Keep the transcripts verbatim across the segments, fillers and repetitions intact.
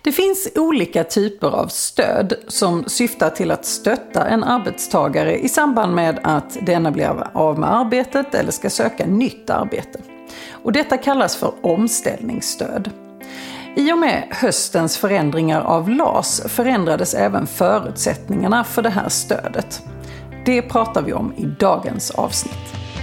Det finns olika typer av stöd som syftar till att stötta en arbetstagare i samband med att denna blir av med arbetet eller ska söka nytt arbete. Och detta kallas för omställningsstöd. I och med höstens förändringar av L A S förändrades även förutsättningarna för det här stödet. Det pratar vi om i dagens avsnitt.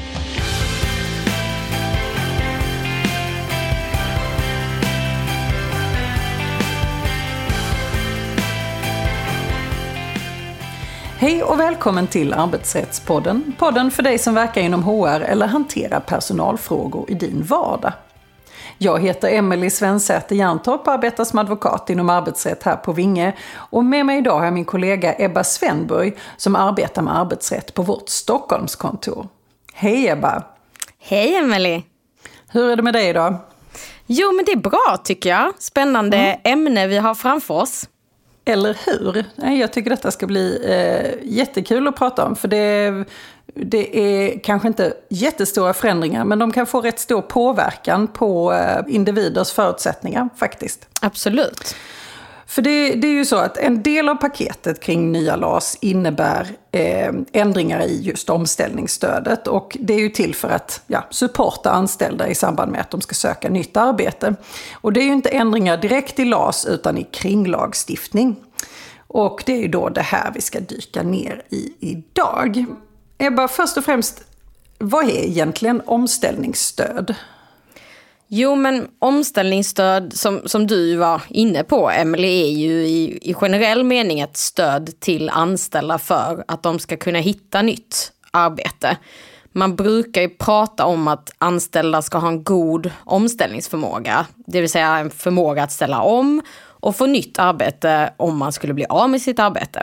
Hej och välkommen till Arbetsrättspodden. Podden för dig som verkar inom H R eller hanterar personalfrågor i din vardag. Jag heter Emelie Svensäter Järntorp och arbetar som advokat inom arbetsrätt här på Vinge. Och med mig idag har jag min kollega Ebba Svenburg som arbetar med arbetsrätt på vårt Stockholmskontor. Hej Ebba! Hej Emelie! Hur är det med dig idag? Jo men det är bra tycker jag. Spännande mm. ämne vi har framför oss. Eller hur? Jag tycker detta ska bli eh, jättekul att prata om. För det, det är kanske inte jättestora förändringar. Men de kan få rätt stor påverkan på eh, individers förutsättningar faktiskt. Absolut. För det, det är ju så att en del av paketet kring nya L A S innebär eh, ändringar i just omställningsstödet. Och det är ju till för att ja, supporta anställda i samband med att de ska söka nytt arbete. Och det är ju inte ändringar direkt i L A S utan i kringlagstiftning. Och det är ju då det här vi ska dyka ner i idag. Ebba, först och främst, vad är egentligen omställningsstöd? Jo, men omställningsstöd som, som du var inne på, Emelie, är ju i, i generell mening ett stöd till anställda för att de ska kunna hitta nytt arbete. Man brukar ju prata om att anställda ska ha en god omställningsförmåga, det vill säga en förmåga att ställa om och få nytt arbete om man skulle bli av med sitt arbete.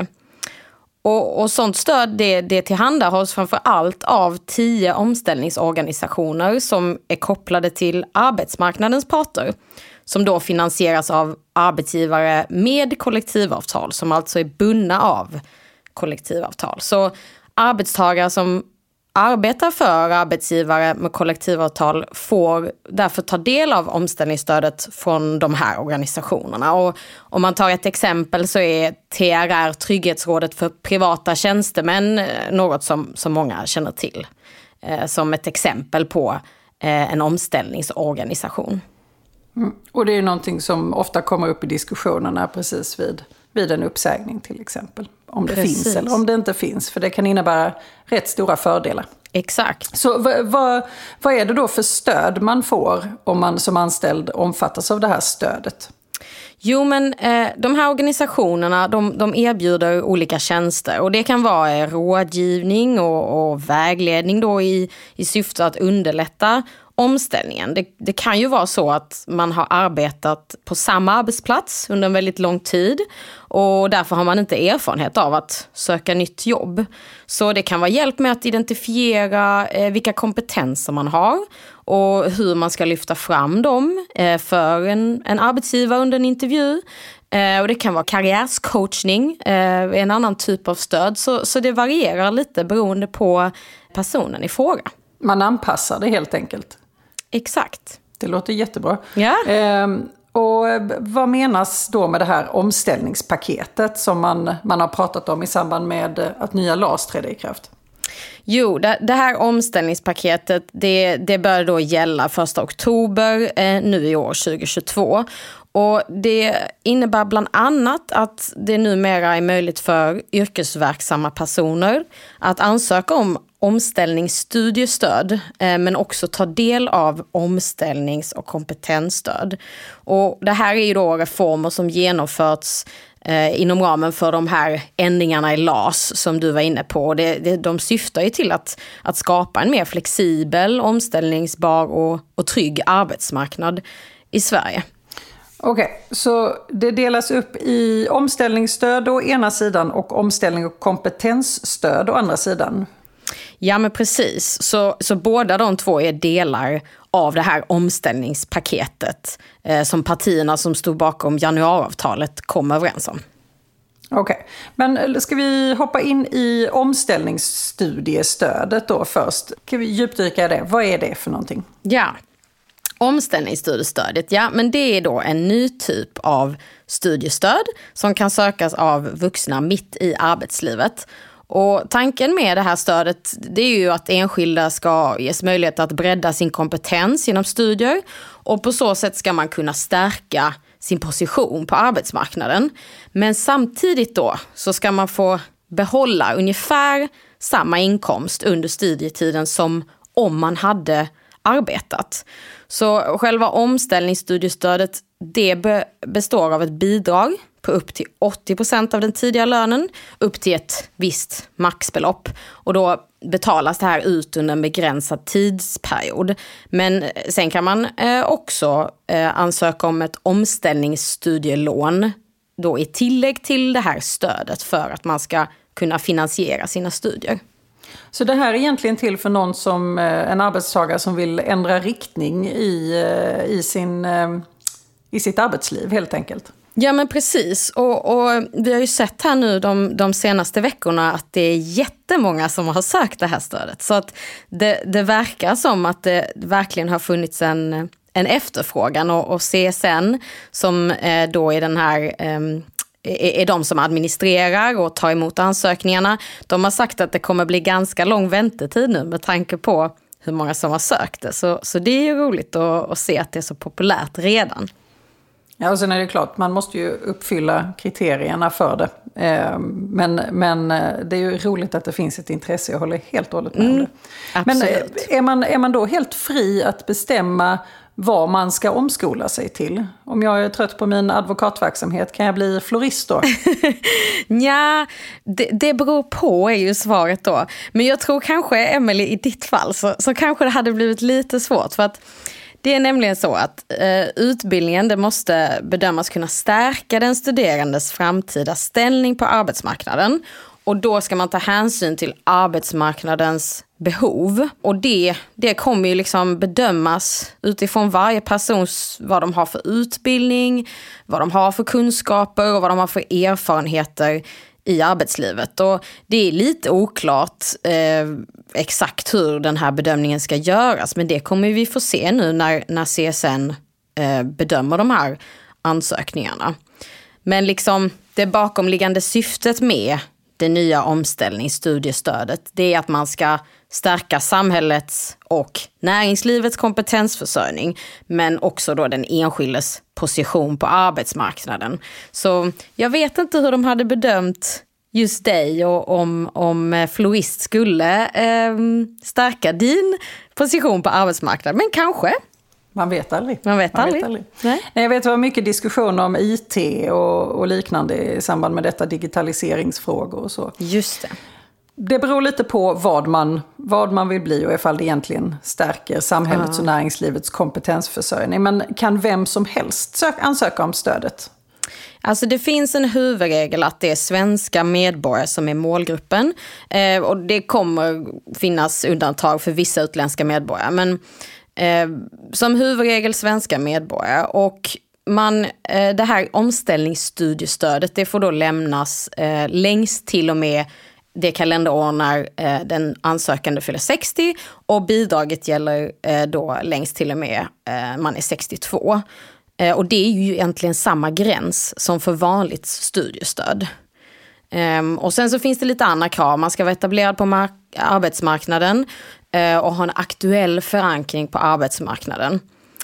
Och, och sånt stöd det, det tillhandahålls framför allt av tio omställningsorganisationer som är kopplade till arbetsmarknadens parter. Som då finansieras av arbetsgivare med kollektivavtal som alltså är bundna av kollektivavtal. Så arbetstagare som arbetar för arbetsgivare med kollektivavtal får därför ta del av omställningsstödet från de här organisationerna. Och om man tar ett exempel så är T R R, Trygghetsrådet för privata tjänstemän, något som, som många känner till. Eh, som ett exempel på eh, en omställningsorganisation. Mm. Och det är någonting som ofta kommer upp i diskussionerna precis vid, vid en uppsägning till exempel. Om det Precis. finns eller om det inte finns. För det kan innebära rätt stora fördelar. Exakt. Så vad, vad, vad är det då för stöd man får om man som anställd omfattas av det här stödet? Jo, men eh, de här organisationerna de, de erbjuder olika tjänster. Och det kan vara rådgivning och, och vägledning då i, i syfte att underlätta omställningen. Det, det kan ju vara så att man har arbetat på samma arbetsplats under en väldigt lång tid och därför har man inte erfarenhet av att söka nytt jobb. Så det kan vara hjälp med att identifiera eh, vilka kompetenser man har och hur man ska lyfta fram dem eh, för en, en arbetsgivare under en intervju. Eh, och det kan vara karriärscoachning, eh, en annan typ av stöd. Så, så det varierar lite beroende på personen i fråga. Man anpassar det helt enkelt. Exakt. Det låter jättebra. Ja. Ehm, och vad menas då med det här omställningspaketet som man, man har pratat om i samband med att nya L A S trädde i kraft? Jo, det, det här omställningspaketet det, det bör då gälla första oktober eh, nu i år tjugohundratjugotvå. Och det innebär bland annat att det numera är möjligt för yrkesverksamma personer att ansöka om omställningsstudiestöd eh, men också ta del av omställnings- och kompetensstöd. Och det här är ju då reformer som genomförts eh, inom ramen för de här ändringarna i L A S som du var inne på. Det, det, de syftar ju till att, att skapa en mer flexibel, omställningsbar och, och trygg arbetsmarknad i Sverige. Okej, okay, så det delas upp i omställningsstöd å ena sidan och omställning och kompetensstöd å andra sidan. Ja, men precis. Så, så båda de två är delar av det här omställningspaketet eh, som partierna som stod bakom januariavtalet kom överens om. Okej, okay. Men ska vi hoppa in i omställningsstudiestödet då först? Kan vi djupdyka i det? Vad är det för någonting? Ja, Omställningsstudiestödet, ja, men det är då en ny typ av studiestöd som kan sökas av vuxna mitt i arbetslivet. Och tanken med det här stödet, det är ju att enskilda ska ges möjlighet att bredda sin kompetens genom studier, och på så sätt ska man kunna stärka sin position på arbetsmarknaden. Men samtidigt då så ska man få behålla ungefär samma inkomst under studietiden som om man hade arbetat. Så själva omställningsstudiestödet, det be- består av ett bidrag på upp till åttio procent av den tidigare lönen upp till ett visst maxbelopp. Och då betalas det här ut under en begränsad tidsperiod. Men sen kan man eh, också eh, ansöka om ett omställningsstudielån då i tillägg till det här stödet för att man ska kunna finansiera sina studier. Så det här är egentligen till för någon som en arbetstagare som vill ändra riktning i, i, sin, i sitt arbetsliv helt enkelt? Ja, men precis. Och, och vi har ju sett här nu de, de senaste veckorna att det är jättemånga som har sökt det här stödet. Så att det, det verkar som att det verkligen har funnits en, en efterfrågan, och, och C S N som eh, då är den här... Eh, är de som administrerar och tar emot ansökningarna. De har sagt att det kommer bli ganska lång väntetid nu med tanke på hur många som har sökt det. Så, så det är ju roligt att, att se att det är så populärt redan. Ja, och sen är det klart, man måste ju uppfylla kriterierna för det. Men, men det är ju roligt att det finns ett intresse, jag håller helt och hållet med om det. Mm, men är man, är man då helt fri att bestämma vad man ska omskola sig till? Om jag är trött på min advokatverksamhet, kan jag bli florist då? Ja, det, det beror på är ju svaret då. Men jag tror kanske, Emelie, i ditt fall så, så kanske det hade blivit lite svårt. För att det är nämligen så att eh, utbildningen, det måste bedömas kunna stärka den studerandes framtida ställning på arbetsmarknaden. Och då ska man ta hänsyn till arbetsmarknadens behov. Och det, det kommer ju liksom bedömas utifrån varje persons, vad de har för utbildning, vad de har för kunskaper och vad de har för erfarenheter i arbetslivet. Och det är lite oklart eh, exakt hur den här bedömningen ska göras. Men det kommer vi få se nu när, när C S N eh, bedömer de här ansökningarna. Men liksom det bakomliggande syftet med det nya omställningsstudiestödet, det är att man ska stärka samhällets och näringslivets kompetensförsörjning, men också då den enskildes position på arbetsmarknaden. Så jag vet inte hur de hade bedömt just dig och om, om florist skulle eh, stärka din position på arbetsmarknaden, men kanske. Man vet aldrig. Man vet Man aldrig. Vet aldrig. Nej. Nej, jag vet att det var mycket diskussion om I T och, och liknande i samband med detta, digitaliseringsfrågor och så. Just det. Det beror lite på vad man, vad man vill bli och ifall det egentligen stärker samhällets Ah. och näringslivets kompetensförsörjning. Men kan vem som helst söka, ansöka om stödet? Alltså det finns en huvudregel att det är svenska medborgare som är målgruppen. Eh, och det kommer finnas undantag för vissa utländska medborgare. Men eh, som huvudregel svenska medborgare. Och man, eh, det här omställningsstudiestödet, det får då lämnas eh, längst till och med det kalenderår när eh, den ansökande fyller sextio, och bidraget gäller eh, då längst till och med eh, man är sextiotvå. Eh, och det är ju egentligen samma gräns som för vanligt studiestöd. Eh, och sen så finns det lite andra krav. Man ska vara etablerad på mark- arbetsmarknaden eh, och ha en aktuell förankring på arbetsmarknaden.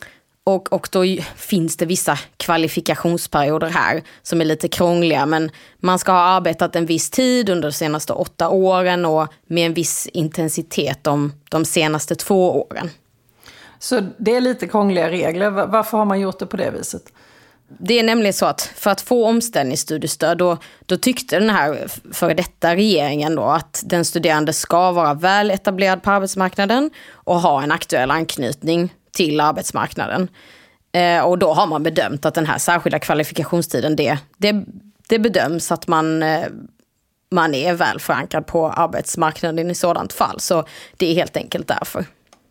Och, och då finns det vissa kvalifikationsperioder här som är lite krångliga, men man ska ha arbetat en viss tid under de senaste åtta åren och med en viss intensitet de, de senaste två åren. Så det är lite krångliga regler. Varför har man gjort det på det viset? Det är nämligen så att för att få omställningsstudiestöd då, då tyckte den här före detta regeringen då att den studerande ska vara väl etablerad på arbetsmarknaden och ha en aktuell anknytning till arbetsmarknaden. Eh, och då har man bedömt att den här särskilda kvalifikationstiden, det, det, det bedöms att man, eh, man är väl förankrad på arbetsmarknaden i sådant fall. Så det är helt enkelt därför.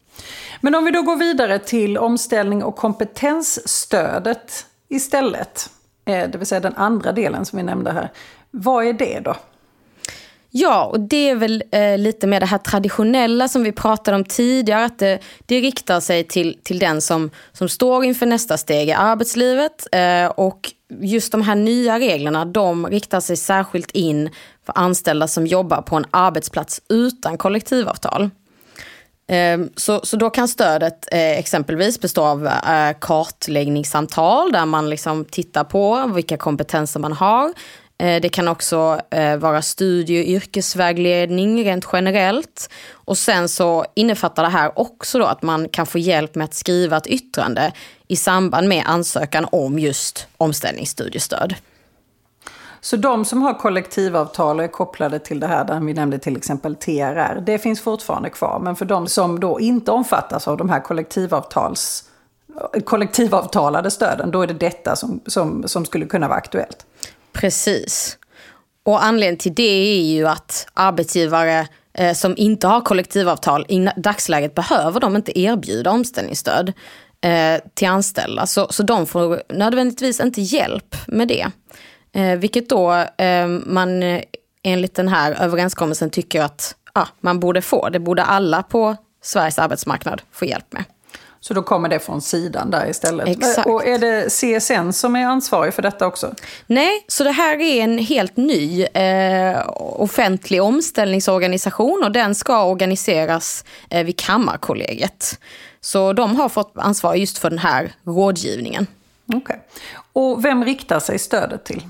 Men om vi då går vidare till omställning och kompetensstödet istället, eh, det vill säga den andra delen som vi nämnde här. Vad är det då? Ja, och det är väl eh, lite med det här traditionella som vi pratade om tidigare, att det, det riktar sig till, till den som, som står inför nästa steg i arbetslivet. Eh, och just de här nya reglerna, de riktar sig särskilt in för anställda som jobbar på en arbetsplats utan kollektivavtal. Eh, så, så då kan stödet eh, exempelvis bestå av eh, kartläggningssamtal där man liksom tittar på vilka kompetenser man har. Det kan också eh, vara studie- och yrkesvägledning rent generellt. Och sen så innefattar det här också då att man kan få hjälp med att skriva ett yttrande i samband med ansökan om just omställningsstudiestöd. Så de som har kollektivavtal och är kopplade till det här, där vi nämnde till exempel T R R, det finns fortfarande kvar. Men för de som då inte omfattas av de här kollektivavtals, kollektivavtalade stöden, då är det detta som, som, som skulle kunna vara aktuellt. Precis. Och anledningen till det är ju att arbetsgivare eh, som inte har kollektivavtal i dagsläget behöver de inte erbjuda omställningsstöd eh, till anställda. Så, så de får nödvändigtvis inte hjälp med det. Eh, vilket då eh, man eh, enligt den här överenskommelsen tycker att ah, man borde få. Det borde alla på Sveriges arbetsmarknad få hjälp med. Så då kommer det från sidan där istället. Exakt. Och är det C S N som är ansvarig för detta också? Nej, så det här är en helt ny eh, offentlig omställningsorganisation och den ska organiseras eh, vid Kammarkollegiet. Så de har fått ansvar just för den här rådgivningen. Okej. Okay. Och vem riktar sig stödet till?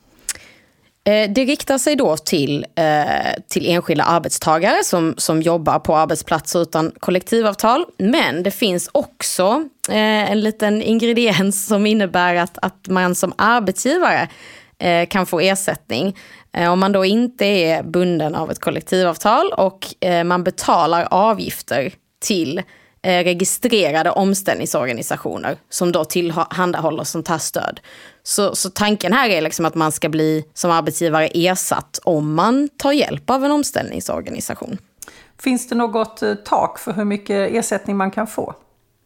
Det riktar sig då till, eh, till enskilda arbetstagare som, som jobbar på arbetsplatser utan kollektivavtal. Men det finns också eh, en liten ingrediens som innebär att, att man som arbetsgivare eh, kan få ersättning. Eh, om man då inte är bunden av ett kollektivavtal och eh, man betalar avgifter till eh, registrerade omställningsorganisationer som då tillhandahåller sånt här stöd. Så, så tanken här är liksom att man ska bli som arbetsgivare ersatt om man tar hjälp av en omställningsorganisation. Finns det något tak för hur mycket ersättning man kan få?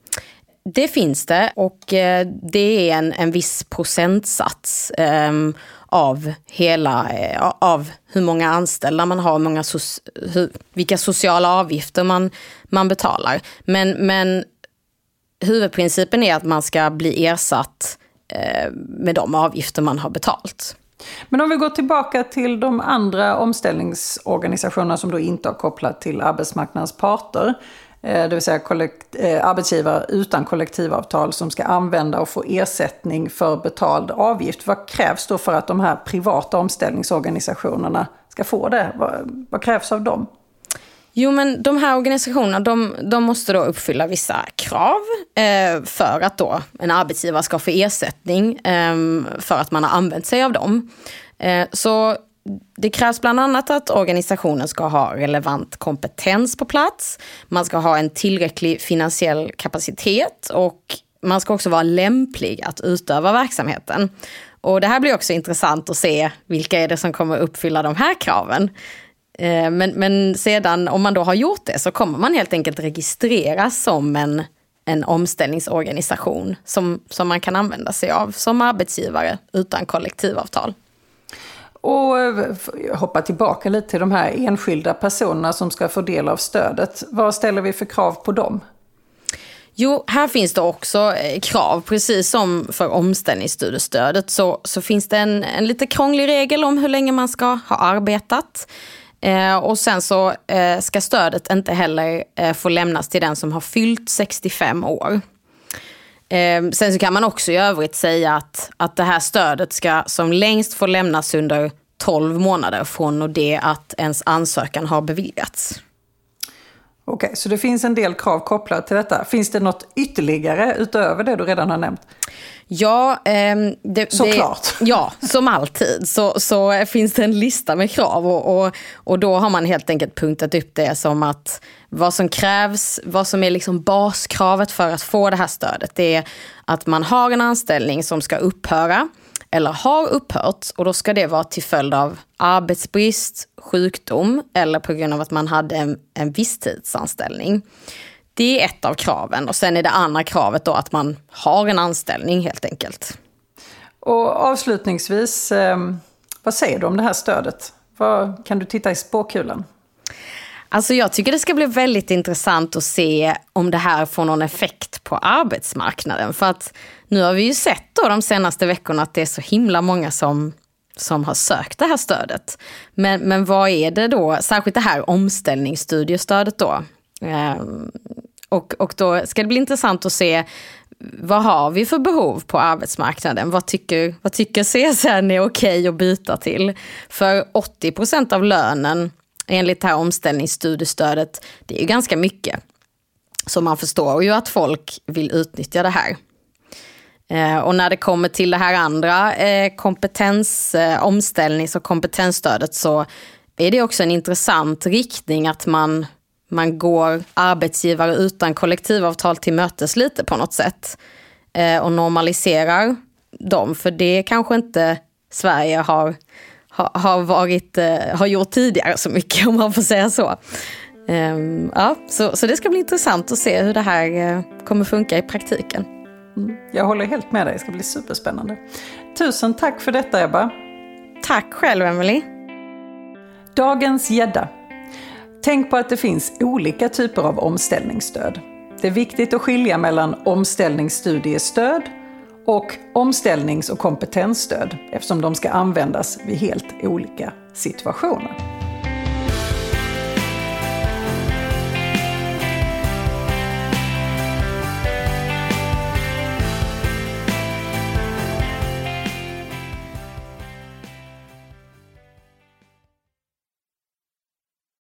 Det finns det, och det är en, en viss procentsats eh, av hela eh, av hur många anställda man har, många so- hur, vilka sociala avgifter man, man betalar. Men, men huvudprincipen är att man ska bli ersatt med de avgifter man har betalt. Men om vi går tillbaka till de andra omställningsorganisationerna som då inte har kopplat till arbetsmarknadens parter, det vill säga kollekt- arbetsgivare utan kollektivavtal som ska använda och få ersättning för betald avgift. Vad krävs då för att de här privata omställningsorganisationerna ska få det? Vad, vad krävs av dem? Jo, men de här organisationerna de, de måste då uppfylla vissa krav eh, för att då en arbetsgivare ska få ersättning eh, för att man har använt sig av dem. Eh, så det krävs bland annat att organisationen ska ha relevant kompetens på plats. Man ska ha en tillräcklig finansiell kapacitet och man ska också vara lämplig att utöva verksamheten. Och det här blir också intressant att se vilka är det som kommer uppfylla de här kraven. Men, men sedan om man då har gjort det så kommer man helt enkelt registreras som en, en omställningsorganisation som, som man kan använda sig av som arbetsgivare utan kollektivavtal. Och hoppa tillbaka lite till de här enskilda personerna som ska få del av stödet. Vad ställer vi för krav på dem? Jo, här finns det också krav. Precis som för omställningsstudiestödet så, så finns det en, en lite krånglig regel om hur länge man ska ha arbetat. Eh, och sen så eh, ska stödet inte heller eh, få lämnas till den som har fyllt sextiofem år. Eh, sen så kan man också i övrigt säga att, att det här stödet ska som längst få lämnas under tolv månader från och det att ens ansökan har beviljats. Okej, så det finns en del krav kopplat till detta. Finns det något ytterligare utöver det du redan har nämnt? Ja, eh, det, såklart. Det, ja, som alltid så, så finns det en lista med krav och, och, och då har man helt enkelt punktat upp det som att vad som krävs, vad som är liksom baskravet för att få det här stödet, det är att man har en anställning som ska upphöra eller har upphört, och då ska det vara till följd av arbetsbrist, sjukdom eller på grund av att man hade en, en visstidsanställning. Det är ett av kraven, och sen är det andra kravet då att man har en anställning helt enkelt. Och avslutningsvis, eh, vad säger du om det här stödet? Vad kan du titta i spåkulan? Alltså jag tycker det ska bli väldigt intressant att se om det här får någon effekt på arbetsmarknaden. För att nu har vi ju sett då de senaste veckorna att det är så himla många som, som har sökt det här stödet. Men, men vad är det då, särskilt det här omställningsstudiestödet då? Ehm, och, och då ska det bli intressant att se vad har vi för behov på arbetsmarknaden? Vad tycker, vad tycker C S N är okej att byta till? För åttio procent av lönen enligt det här omställningsstudiestödet, det är ju ganska mycket. Så man förstår ju att folk vill utnyttja det här. Eh, och när det kommer till det här andra eh, kompetens, eh, omställnings- och kompetensstödet så är det också en intressant riktning att man, man går arbetsgivare utan kollektivavtal till mötes lite på något sätt. Eh, och normaliserar dem, för det kanske inte Sverige har har, varit, har gjort tidigare så mycket, om man får säga så. Um, ja, så. Så det ska bli intressant att se hur det här uh, kommer funka i praktiken. Mm, jag håller helt med dig, det ska bli superspännande. Tusen tack för detta, Ebba. Tack själv, Emily. Dagens gädda. Tänk på att det finns olika typer av omställningsstöd. Det är viktigt att skilja mellan omställningsstudiestöd och omställnings- och kompetensstöd eftersom de ska användas vid helt olika situationer.